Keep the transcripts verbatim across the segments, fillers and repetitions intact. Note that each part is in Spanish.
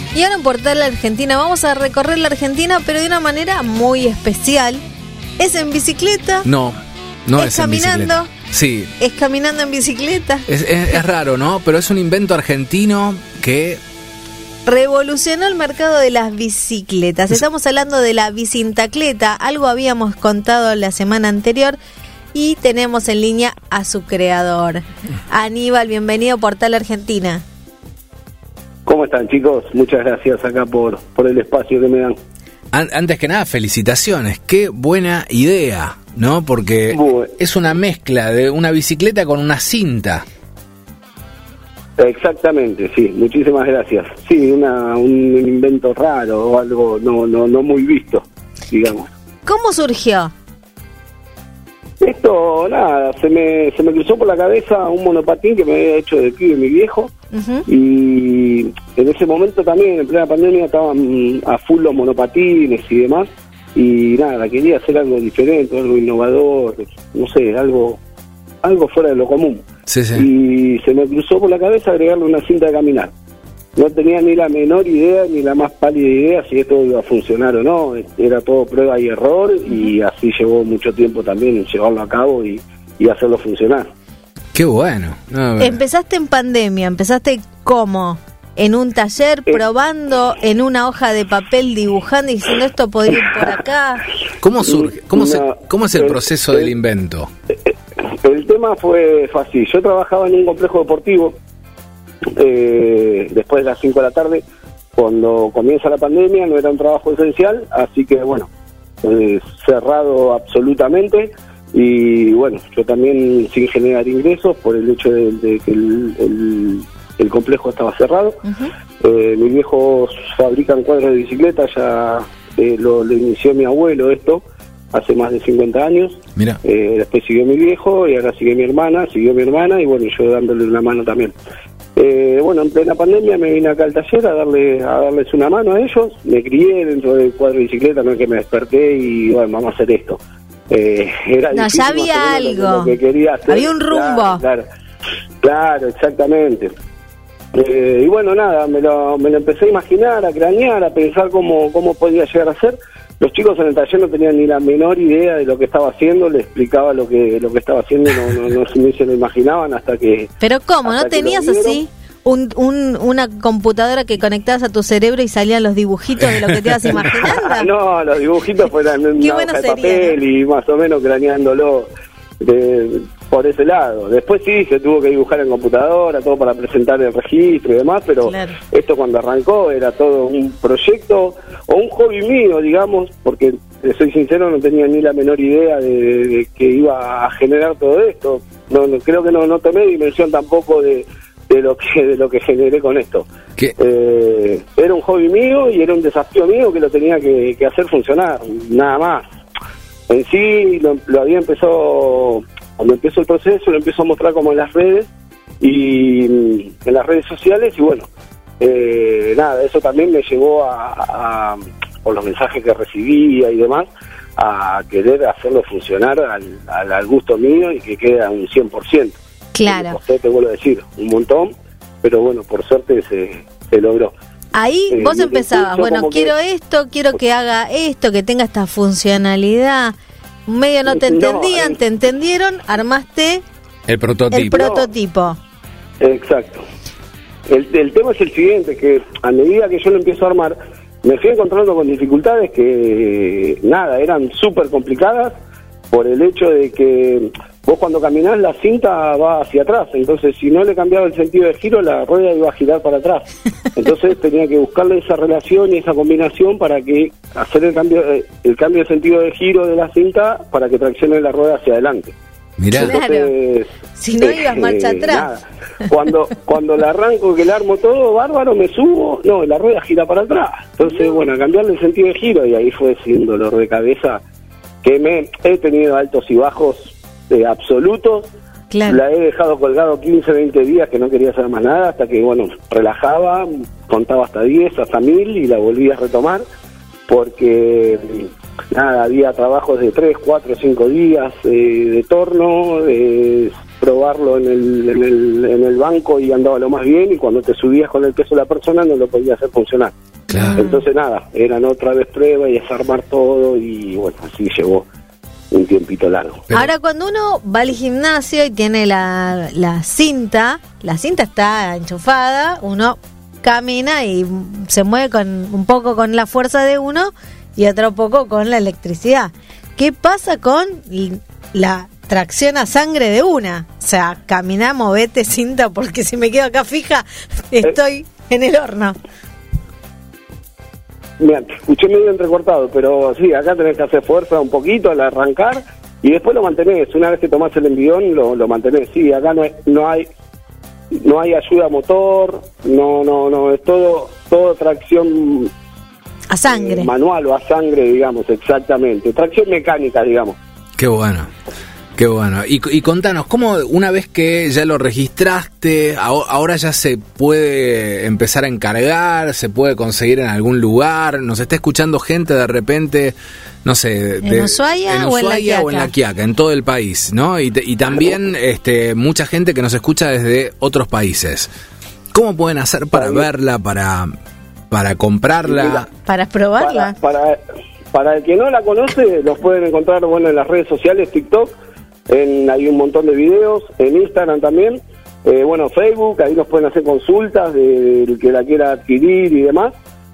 Y ahora en Portal Argentina vamos a recorrer la Argentina, pero de una manera muy especial. ¿Es en bicicleta? No, no es, ¿Es en caminando? bicicleta. Sí. ¿Es caminando en bicicleta? Es, es, es raro, ¿no? Pero es un invento argentino que... revolucionó el mercado de las bicicletas. Estamos hablando de la bicintacleta. Algo habíamos contado la semana anterior y tenemos en línea a su creador. Aníbal, bienvenido a Portal Argentina. ¿Cómo están, chicos? Muchas gracias acá por, por el espacio que me dan. An- antes que nada, felicitaciones. Qué buena idea, ¿no? Porque Bueno. es una mezcla de una bicicleta con una cinta. Exactamente, sí. Muchísimas gracias. Sí, una, un invento raro o algo no, no, no muy visto, digamos. ¿Cómo surgió? Esto, nada, se me, se me cruzó por la cabeza un monopatín que me había hecho de pibe mi viejo. Uh-huh. Y en ese momento también, en plena pandemia, estaban a full los monopatines y demás. Y nada, quería hacer algo diferente, algo innovador, no sé, algo algo fuera de lo común. Sí, sí. Y se me cruzó por la cabeza agregarle una cinta de caminar. No tenía ni la menor idea, ni la más pálida idea si esto iba a funcionar o no. Era todo prueba y error, y así llevó mucho tiempo también llevarlo a cabo y, y hacerlo funcionar. Qué bueno. No, Empezaste en pandemia, empezaste ¿cómo? En un taller, Eh. probando, en una hoja de papel, dibujando y diciendo esto podría ir por acá. ¿Cómo surge? ¿Cómo, se, No, ¿Cómo es el el- proceso el- del invento? El tema fue fácil. Yo trabajaba en un complejo deportivo eh, después de las cinco de la tarde. Cuando comienza la pandemia no era un trabajo esencial, así que bueno, eh, cerrado absolutamente. Y bueno, yo también sin generar ingresos por el hecho de, de que el, el, el complejo estaba cerrado. Uh-huh. Eh, mis viejos fabrican cuadros de bicicleta, ya eh, lo, lo inició mi abuelo esto hace más de cincuenta años. Mira. Eh, después siguió mi viejo y ahora sigue mi hermana, siguió mi hermana y bueno, yo dándole una mano también. Eh, bueno, en plena pandemia me vine acá al taller a darle a darles una mano a ellos. Me crié dentro del cuadro de bicicleta, no es que me desperté y bueno, vamos a hacer esto. Eh, era No, difícil, ya había más o menos, algo. lo que quería hacer. Había un rumbo. Claro, claro, claro, exactamente. Eh, y bueno, nada, me lo, me lo empecé a imaginar, a cranear, a pensar cómo, cómo podía llegar a ser. Los chicos en el taller no tenían ni la menor idea de lo que estaba haciendo, le explicaba lo que lo que estaba haciendo, no, no, no, no se lo imaginaban hasta que... Pero ¿cómo? ¿No hasta que tenías lo vieron. así un, un, una computadora que conectabas a tu cerebro y salían los dibujitos de lo que te ibas imaginando? No, los dibujitos fueran en Qué una bueno hoja de sería, papel, ¿no? y más o menos craneándolo de, por ese lado. Después sí, se tuvo que dibujar en computadora, todo para presentar el registro y demás, pero Claro. esto cuando arrancó era todo un proyecto o un hobby mío, digamos, porque eh, soy sincero, no tenía ni la menor idea de, de, de que iba a generar todo esto. No, no creo que no, no tomé dimensión tampoco de, de lo que de lo que generé con esto. ¿Qué? Eh, era un hobby mío y era un desafío mío que lo tenía que, que hacer funcionar, nada más. En sí lo, lo había empezado, cuando empezó el proceso, lo empezó a mostrar como en las redes y mm, en las redes sociales y bueno, eh, nada, eso también me llevó a, a, por los mensajes que recibía y demás, a querer hacerlo funcionar al, al, al gusto mío y que quede a un cien por ciento. Claro. Me costó, te vuelvo a decir, un montón, pero bueno, por suerte se, se logró. Ahí Eh, vos mi empezabas, impulso bueno, como que- quiero esto, quiero que haga esto, que tenga esta funcionalidad. Medio no te No, entendían, eh. te entendieron, armaste El prototipo. el prototipo. Exacto. El, el tema es el siguiente, que a medida que yo lo empiezo a armar, me fui encontrando con dificultades que, nada, eran súper complicadas por el hecho de que vos cuando caminás la cinta va hacia atrás, entonces si no le cambiaba el sentido de giro, la rueda iba a girar para atrás. Entonces tenía que buscarle esa relación y esa combinación para que hacer el cambio, el cambio de sentido de giro de la cinta para que traccione la rueda hacia adelante. Mirá. Claro. Entonces, Si no ibas marcha atrás. nada. Cuando cuando la arranco, que le armo todo, bárbaro, me subo, no, la rueda gira para atrás. Entonces, bueno, cambiarle el sentido de giro y ahí fue sin dolor de cabeza, que me he tenido altos y bajos eh, absolutos. Claro. La he dejado colgado quince, veinte días que no quería hacer más nada, hasta que, bueno, relajaba, contaba hasta diez, hasta mil y la volví a retomar, porque nada, había trabajos de tres, cuatro, cinco días eh, de torno, eh, probarlo en el, en el en el banco y andaba lo más bien, y cuando te subías con el peso de la persona no lo podías hacer funcionar. Claro. Entonces nada, eran otra vez pruebas y desarmar todo, y bueno, así llevó un tiempito largo. Pero- Ahora, cuando uno va al gimnasio y tiene la, la cinta, la cinta está enchufada, uno camina y se mueve con un poco con la fuerza de uno y otro poco con la electricidad. ¿Qué pasa con la tracción a sangre de una? O sea, caminá, movete, cinta, porque si me quedo acá fija, estoy en el horno. Mira, te escuché medio entrecortado, pero sí, acá tenés que hacer fuerza un poquito al arrancar y después lo mantenés. Una vez que tomás el envión, lo, lo mantenés. Sí, acá no hay, no hay no hay ayuda motor, no no no es todo todo tracción A sangre. eh, manual o a sangre, digamos, exactamente. Tracción mecánica, digamos. Qué bueno, qué bueno. Y, y contanos, ¿cómo una vez que ya lo registraste, aho- ahora ya se puede empezar a encargar, se puede conseguir en algún lugar? Nos está escuchando gente de repente, no sé, ¿En de, Ushuaia en o en La Ushuaia o en La Quiaca, en todo el país, ¿no? Y, te- y también este, mucha gente que nos escucha desde otros países. ¿Cómo pueden hacer para verla, para, para comprarla? Para probarla. Para, para, para el que no la conoce, los pueden encontrar bueno en las redes sociales, TikTok, en, hay un montón de videos, en Instagram también, eh, bueno, Facebook, ahí nos pueden hacer consultas del de, que la quiera adquirir y demás.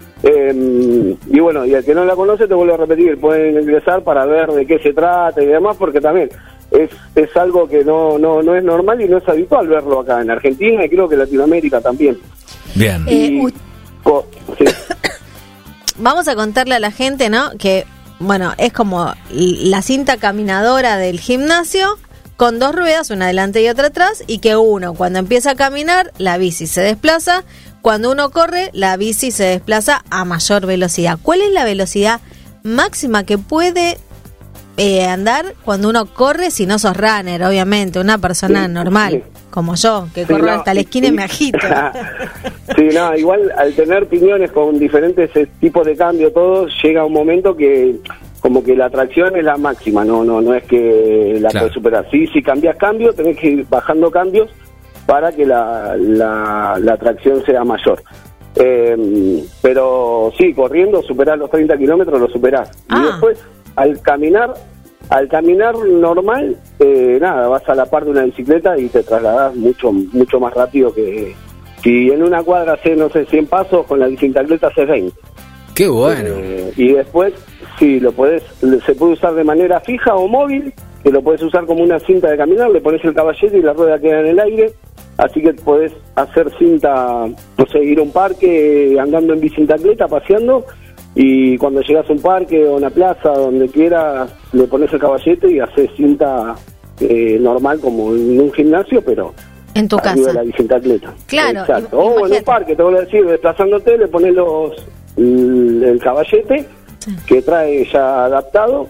Eh, y bueno, y el que no la conoce, te vuelvo a repetir, pueden ingresar para ver de qué se trata y demás, porque también es es algo que no no no es normal y no es habitual verlo acá en Argentina, y creo que en Latinoamérica también. Bien. Eh, Y- u- co- sí. Vamos a contarle a la gente, ¿no? Que, bueno, es como la cinta caminadora del gimnasio con dos ruedas, una adelante y otra atrás, y que uno, cuando empieza a caminar, la bici se desplaza. Cuando uno corre, la bici se desplaza a mayor velocidad. ¿Cuál es la velocidad máxima que puede eh, andar cuando uno corre si no sos runner, obviamente? Una persona Sí, normal, sí. como yo, que Sí, corro no, hasta la esquina y me agito. Sí, no, igual al tener piñones con diferentes eh, tipos de cambio, todo, llega un momento que como que la tracción es la máxima, no no no es que la Claro. puedes superar. Sí, si cambias cambio, tenés que ir bajando cambios para que la, la, la tracción sea mayor. Eh, pero sí, corriendo, superar los treinta kilómetros, lo superás. Ah. Y después, al caminar, al caminar normal, eh, nada, vas a la par de una bicicleta y te trasladás mucho mucho más rápido que... Si en una cuadra haces, no sé, cien pasos, con la bicicleta haces veinte. Qué bueno. Eh, y después, sí, lo podés, se puede usar de manera fija o móvil, que lo podés usar como una cinta de caminar, le pones el caballete y la rueda queda en el aire, así que podés hacer cinta, no sé, ir a un parque andando en bicicleta, paseando, y cuando llegas a un parque o una plaza, donde quieras, le pones el caballete y haces cinta eh, normal como en un gimnasio, pero En tu arriba casa. de la bicicleta. Claro, Exacto. im- O en imagínate. un parque, te voy a decir, desplazándote, le pones los el, el caballete Sí. que trae ya adaptado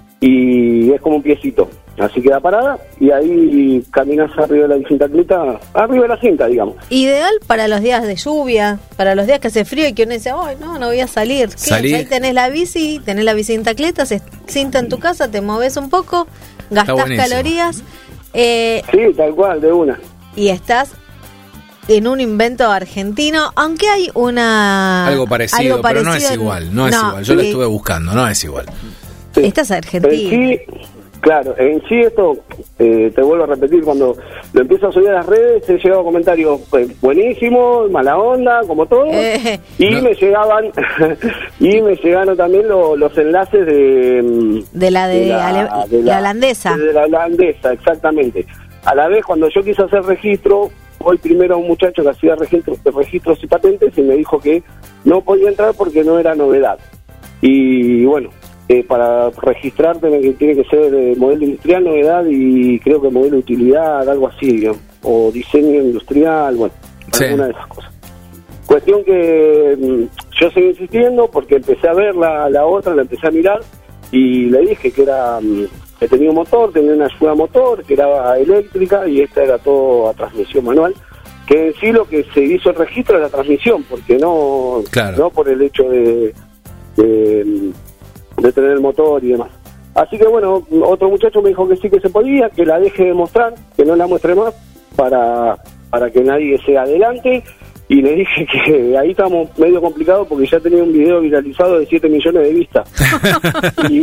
y es como un piecito. Así queda parada y ahí caminas arriba de la bicicleta, arriba de la cinta, digamos. Ideal para los días de lluvia, para los días que hace frío y que uno dice, ay, no, no voy a salir. ¿Qué? Salí. Ahí tenés la bici, tenés la bicicleta, se cinta en tu casa, te moves un poco, gastás buenísimo. calorías eh, Sí, tal cual, de una. y estás en un invento argentino, aunque hay una... Algo parecido, algo pero no es en- igual, no es no, igual. Yo lo eh, estuve buscando, no es igual. Sí. Esta es En argentina. sí, claro, en sí esto, eh, te vuelvo a repetir, cuando lo empiezo a subir a las redes, he llegado comentarios pues, buenísimos, mala onda, como todo, Eh, y no. me llegaban y me llegaron también lo- los enlaces de, mm, De la de ale- la holandesa. de la holandesa, exactamente. A la vez, cuando yo quise hacer registro, voy primero a un muchacho que hacía registro, registros y patentes y me dijo que no podía entrar porque no era novedad. Y bueno, eh, para registrar tiene que, tiene que ser eh, modelo industrial, novedad y creo que modelo de utilidad, algo así, digamos, o diseño industrial, bueno, Sí. alguna de esas cosas. Cuestión que mm, yo seguí insistiendo porque empecé a ver la, la otra, la empecé a mirar y le dije que era mm, que tenía un motor, tenía una ayuda motor, que era eléctrica y esta era todo a transmisión manual, que en sí lo que se hizo el registro es la transmisión, porque no, Claro. no por el hecho de, de, de tener el motor y demás. Así que bueno, otro muchacho me dijo que sí que se podía, que la deje de mostrar, que no la muestre más, para, para que nadie se adelante. Y le dije que ahí estamos medio complicados porque ya tenía un video viralizado de siete millones de vistas. Y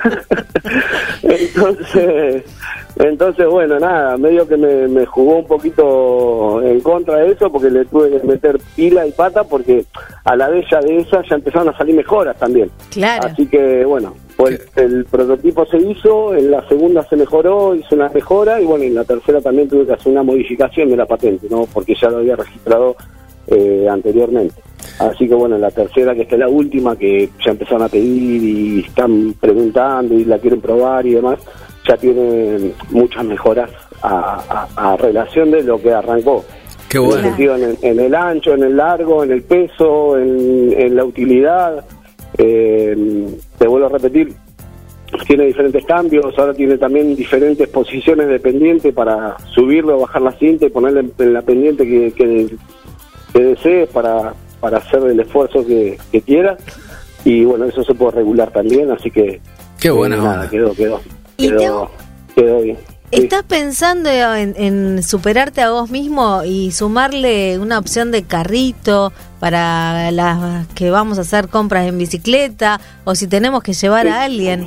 entonces, entonces, bueno, nada, medio que me, me jugó un poquito en contra de eso porque le tuve que meter pila y pata porque a la vez ya de esas ya empezaron a salir mejoras también. Claro. Así que, bueno, pues el prototipo se hizo, en la segunda se mejoró, hizo una mejora y bueno, en la tercera también tuve que hacer una modificación de la patente, ¿no? Porque ya lo había registrado Eh, anteriormente. Así que bueno, la tercera, que esta es la última, que ya empezaron a pedir y están preguntando y la quieren probar y demás, ya tiene muchas mejoras a, a, a relación de lo que arrancó. Qué bueno. En el sentido, en el, en el ancho, en el largo, en el peso, en, en la utilidad. Eh, te vuelvo a repetir, tiene diferentes cambios, ahora tiene también diferentes posiciones de pendiente para subirlo o bajar la cinta y ponerle en, en la pendiente que, que que desees para, para hacer el esfuerzo que, que quieras, y bueno, eso se puede regular también, así que qué buena eh, onda. nada, quedó, quedó, ¿Y quedó, quedó bien. Sí. ¿Estás pensando en, en superarte a vos mismo y sumarle una opción de carrito para las que vamos a hacer compras en bicicleta, o si tenemos que llevar Sí. a alguien?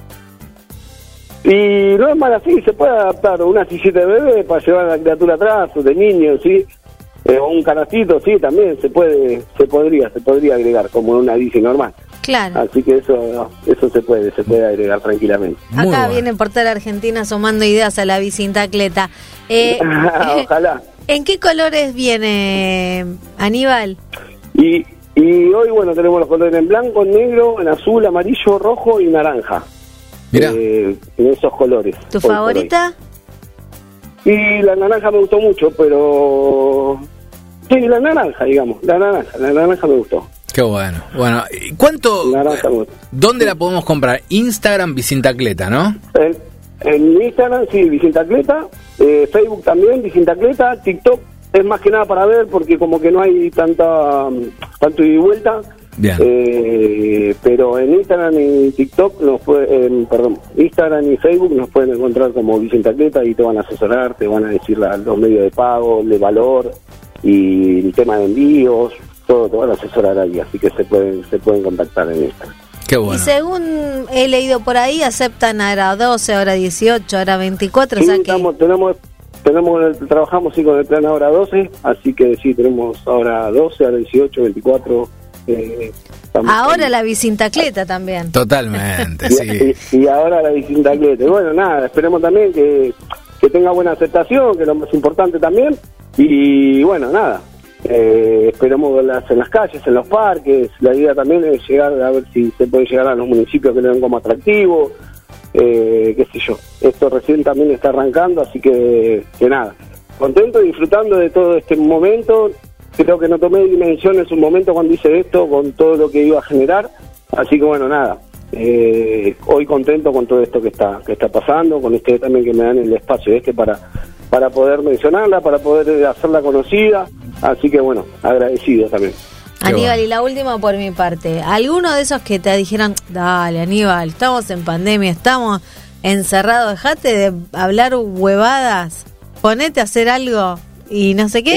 Y no es mal así, se puede adaptar una sillita de bebé para llevar a la criatura atrás, o de niño, sí. Eh, o un canastito, sí, también se puede, se podría, se podría agregar como una bici normal. Claro. Así que eso, eso se puede, se puede agregar tranquilamente. Muy Acá bueno. viene Portal Argentina sumando ideas a la bicicleta. Eh, Ojalá. ¿En qué colores viene, Aníbal? Y, y hoy, bueno, tenemos los colores en blanco, en negro, en azul, amarillo, rojo y naranja. Mirá. Eh, en esos colores. ¿Tu hoy por favorita? hoy. Y la naranja me gustó mucho, pero... Sí, la naranja, digamos. La naranja, la naranja me gustó. Qué bueno. Bueno, ¿y ¿cuánto? Naranja me gustó. ¿Dónde la podemos comprar? Instagram Bicintacleta, ¿no? En, en Instagram, sí, Bicintacleta. Eh, Facebook también, Bicintacleta. TikTok es más que nada para ver, porque como que no hay tanta tanto ida y vuelta. Bien. Eh, pero en Instagram y TikTok, nos puede, eh, perdón, Instagram y Facebook nos pueden encontrar como Bicintacleta y te van a asesorar, te van a decir la, los medios de pago, de valor y el tema de envíos, todo te van a asesorar ahí, así que se pueden se pueden contactar en Instagram. Qué bueno. Y según he leído por ahí, aceptan ahora doce, ahora dieciocho, ahora veinticuatro, Sí, o sea que... estamos, tenemos, tenemos, trabajamos sí con el plan ahora doce, así que sí, tenemos ahora doce, ahora dieciocho, veinticuatro. Eh, Ahora la bicicleta también. Totalmente, y, sí. y, y ahora la bicicleta. Bueno, nada, esperemos también que, que tenga buena aceptación, que es lo más importante también. Y bueno, nada, eh, esperemos verlas en las calles, en los parques. La idea también es llegar a ver si se puede llegar a los municipios que le ven como atractivo, eh, qué sé yo. Esto recién también está arrancando, así que, que nada, contento y disfrutando de todo este momento. Creo que no tomé dimensión en su momento cuando hice esto, con todo lo que iba a generar. Así que bueno, nada, eh, hoy contento con todo esto que está que está pasando, con ustedes también que me dan el espacio este para para poder mencionarla, para poder hacerla conocida. Así que bueno, agradecido también. Aníbal, bueno. y la última por mi parte. ¿Alguno de esos que te dijeron, dale Aníbal, estamos en pandemia, estamos encerrados, dejate de hablar huevadas, ponete a hacer algo y no sé qué?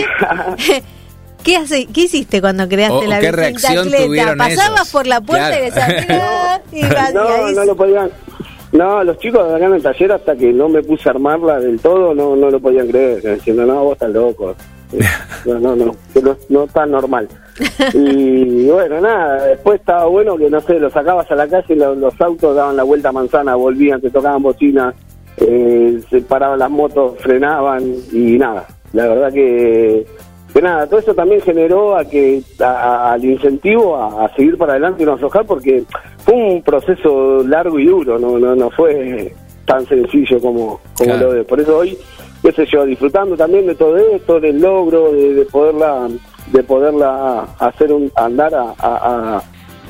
¿Qué, hace, ¿Qué hiciste cuando creaste O- la ¿qué reacción bicicleta? tuvieron ¿Pasabas esos? por la puerta Claro. y decías, mira, y vas- y No, ahí no lo podían. No, los chicos de acá en el taller, hasta que no me puse a armarla del todo, no no lo podían creer, diciendo, no, vos estás loco. No, no, no, que no, no está normal. Y bueno, nada, después estaba bueno que, no sé, lo sacabas a la calle y los, los autos daban la vuelta a manzana, volvían, te tocaban bocinas, eh, se paraban las motos, frenaban y nada. La verdad que, que nada, todo eso también generó a que a, a- al incentivo a, a seguir para adelante y no aflojar, porque fue un proceso largo y duro, no no no fue tan sencillo como, como Claro. lo es. Por eso hoy, qué sé yo, disfrutando también de todo esto, del logro, de, de poderla de poderla hacer un andar a, a, a,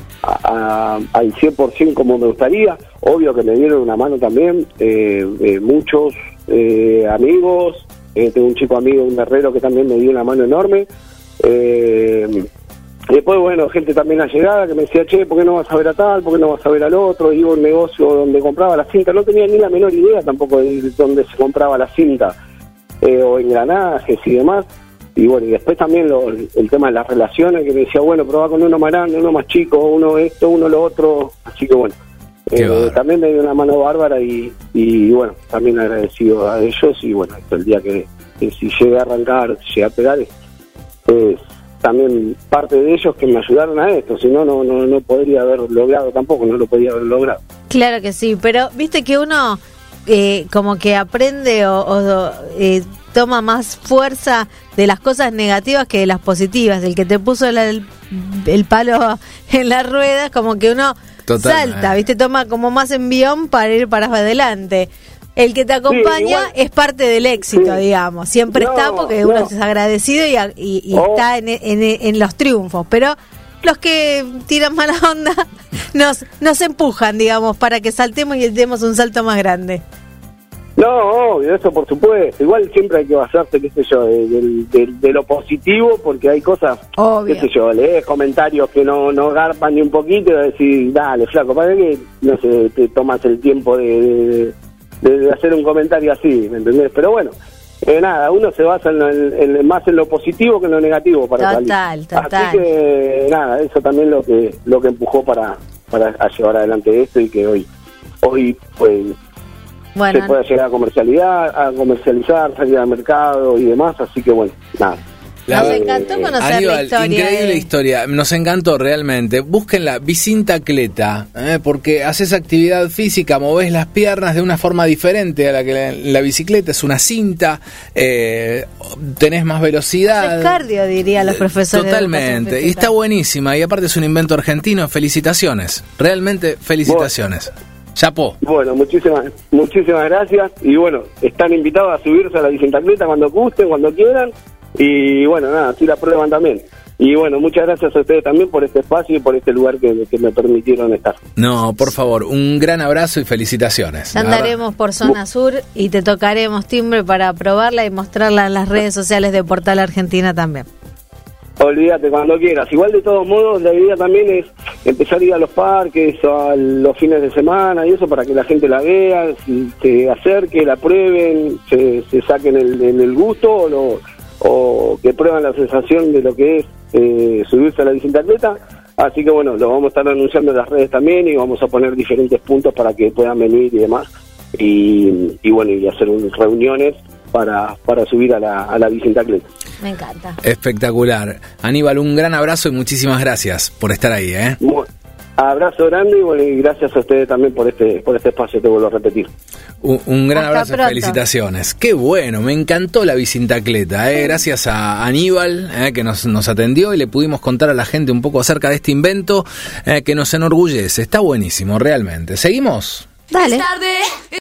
a- al cien por ciento como me gustaría. Obvio que me dieron una mano también, eh, eh, muchos eh, amigos, eh, tengo un chico amigo, un herrero que también me dio una mano enorme. Eh, Después, bueno, gente también allegada que me decía, che, ¿por qué no vas a ver a tal? ¿Por qué no vas a ver al otro? Iba a un negocio donde compraba la cinta. No tenía ni la menor idea tampoco de dónde se compraba la cinta, eh, o engranajes y demás. Y bueno, y después también lo, el tema de las relaciones, que me decía, bueno, probá con uno más grande, uno más chico, uno esto, uno lo otro. Así que bueno, eh, también me dio una mano bárbara y, y bueno, también agradecido a ellos. Y bueno, hasta el día que, que si llegué a arrancar, si llegué a pegar, es... es también parte de ellos que me ayudaron a esto, si no, no no podría haber logrado tampoco, no lo podía haber logrado. Claro que sí, pero viste que uno eh, como que aprende o, o eh, toma más fuerza de las cosas negativas que de las positivas. El que te puso la, el, el palo en las ruedas, como que uno Total, salta, eh. viste, toma como más envión para ir para adelante. El que te acompaña sí, es parte del éxito, sí. digamos. Siempre no, está porque uno no. es agradecido y, y, y oh. está en, en, en los triunfos. Pero los que tiran mala onda nos, nos empujan, digamos, para que saltemos y demos un salto más grande. No, obvio, eso por supuesto. Igual siempre hay que basarse, qué sé yo, de, de, de, de lo positivo, porque hay cosas, obvio. qué sé yo, lees comentarios que no, no garpan ni un poquito y decís, dale, flaco, ¿para qué, no sé, te tomas el tiempo de... de De, de hacer un comentario así, ¿me entendés? Pero bueno, eh, nada, uno se basa en, lo, en, en más en lo positivo que en lo negativo para total, salir. Total, Así que nada, eso también lo que lo que empujó para para a llevar adelante esto y que hoy hoy pues bueno, se pueda llegar a comercialidad, a comercializar, salir al mercado y demás, así que bueno, nada. La, Nos encantó conocer Aníbal, la historia. Increíble de... historia, nos encantó realmente. Búsquenla, Bicintacleta, ¿eh? porque haces actividad física, movés las piernas de una forma diferente a la que la, la bicicleta, es una cinta, eh, tenés más velocidad. Es cardio, dirían los profesores. Totalmente, y está buenísima, y aparte es un invento argentino, felicitaciones, realmente felicitaciones. Bueno. Chapó. Bueno, muchísimas muchísimas gracias, y bueno, están invitados a subirse a la Bicintacleta cuando gusten, cuando quieran. Y bueno, nada, así la prueban también. Y bueno, muchas gracias a ustedes también por este espacio y por este lugar que, que me permitieron estar. No, por favor, un gran abrazo y felicitaciones. Ya andaremos por Zona Sur y te tocaremos timbre para probarla y mostrarla en las redes sociales de Portal Argentina también. Olvídate, cuando quieras. Igual, de todos modos, la idea también es empezar a ir a los parques, a los fines de semana y eso, para que la gente la vea, se acerque, la prueben, se, se saquen el, el, el gusto o lo... o que prueban la sensación de lo que es eh, subirse a la Bicintacleta. Así que bueno, lo vamos a estar anunciando en las redes también y vamos a poner diferentes puntos para que puedan venir y demás, y, y bueno, y hacer un, reuniones para, para subir a la, a la Bicintacleta. Me encanta. Espectacular. Aníbal, un gran abrazo y muchísimas gracias por estar ahí, ¿eh? Bueno, abrazo grande y, bueno, y gracias a ustedes también por este por este espacio, te vuelvo a repetir. Un, un gran Hasta abrazo y pronto. Felicitaciones. Qué bueno, me encantó la Bicintacleta, ¿eh? Gracias a Aníbal, ¿eh? que nos, nos atendió y le pudimos contar a la gente un poco acerca de este invento, ¿eh? que nos enorgullece. Está buenísimo, realmente. ¿Seguimos? Dale.